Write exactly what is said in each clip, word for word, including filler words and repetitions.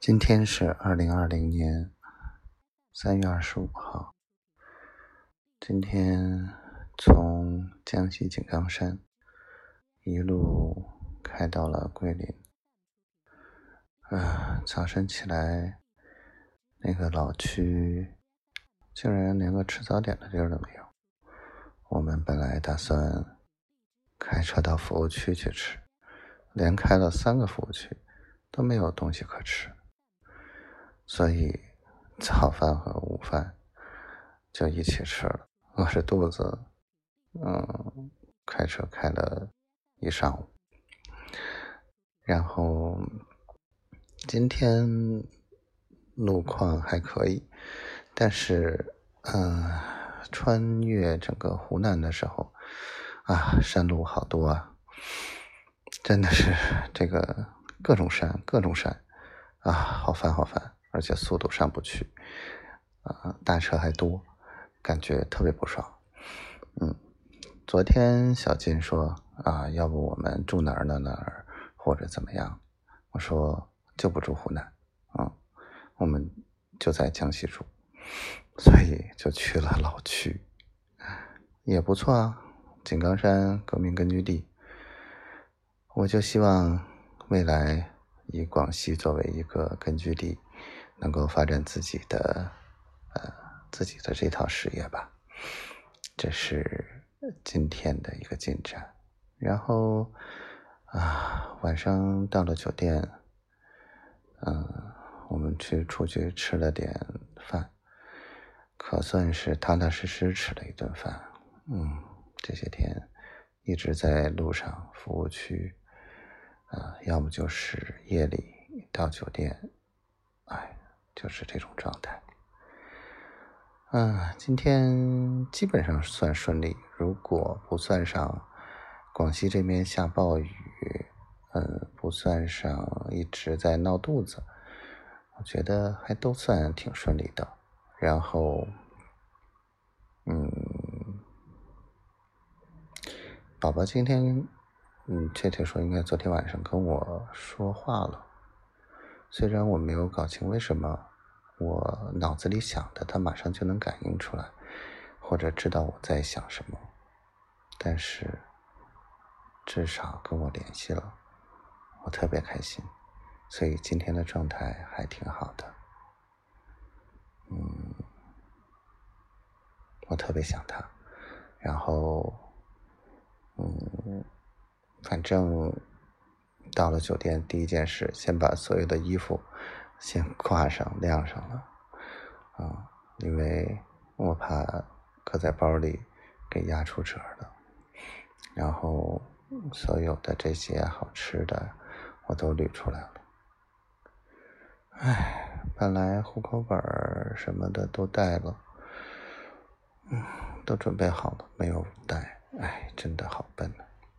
今天是二零二零年三月二十五号。今天从江西井冈山一路开到了桂林。啊，早晨起来，那个老区竟然连个吃早点的地儿都没有。我们本来打算开车到服务区去吃，连开了三个服务区都没有东西可吃。所以早饭和午饭就一起吃了，饿着肚子，嗯，开车开了一上午。然后今天路况还可以，但是嗯，穿越整个湖南的时候啊，山路好多啊，真的是这个各种山各种山啊，好烦好烦。而且速度上不去，啊，大车还多，感觉特别不爽。嗯，昨天小金说啊，要不我们住哪儿呢哪儿，或者怎么样？我说就不住湖南，啊，我们就在江西住，所以就去了老区，也不错啊，井冈山革命根据地。我就希望未来以广西作为一个根据地，能够发展自己的呃自己的这套事业吧。这是今天的一个进展。然后啊，晚上到了酒店，嗯，我们去出去吃了点饭，可算是踏踏实实吃了一顿饭。嗯，这些天一直在路上，服务区，呃，要么就是夜里到酒店，哎，就是这种状态。嗯，今天基本上算顺利，如果不算上广西这边下暴雨，嗯，不算上一直在闹肚子，我觉得还都算挺顺利的。然后，嗯，宝宝今天，嗯，确切说应该昨天晚上跟我说话了，虽然我没有搞清为什么我脑子里想的他马上就能感应出来，或者知道我在想什么，但是至少跟我联系了，我特别开心，所以今天的状态还挺好的。嗯，我特别想他，然后嗯，反正到了酒店第一件事，先把所有的衣服先挂上晾上了啊，因为我怕搁在包里给压出褶了。然后所有的这些好吃的我都捋出来了。唉，本来户口本什么的都带了，嗯，都准备好了，没有带，唉，真的好笨啊。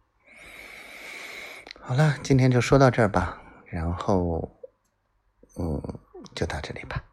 好了，今天就说到这儿吧，然后嗯，就到这里吧。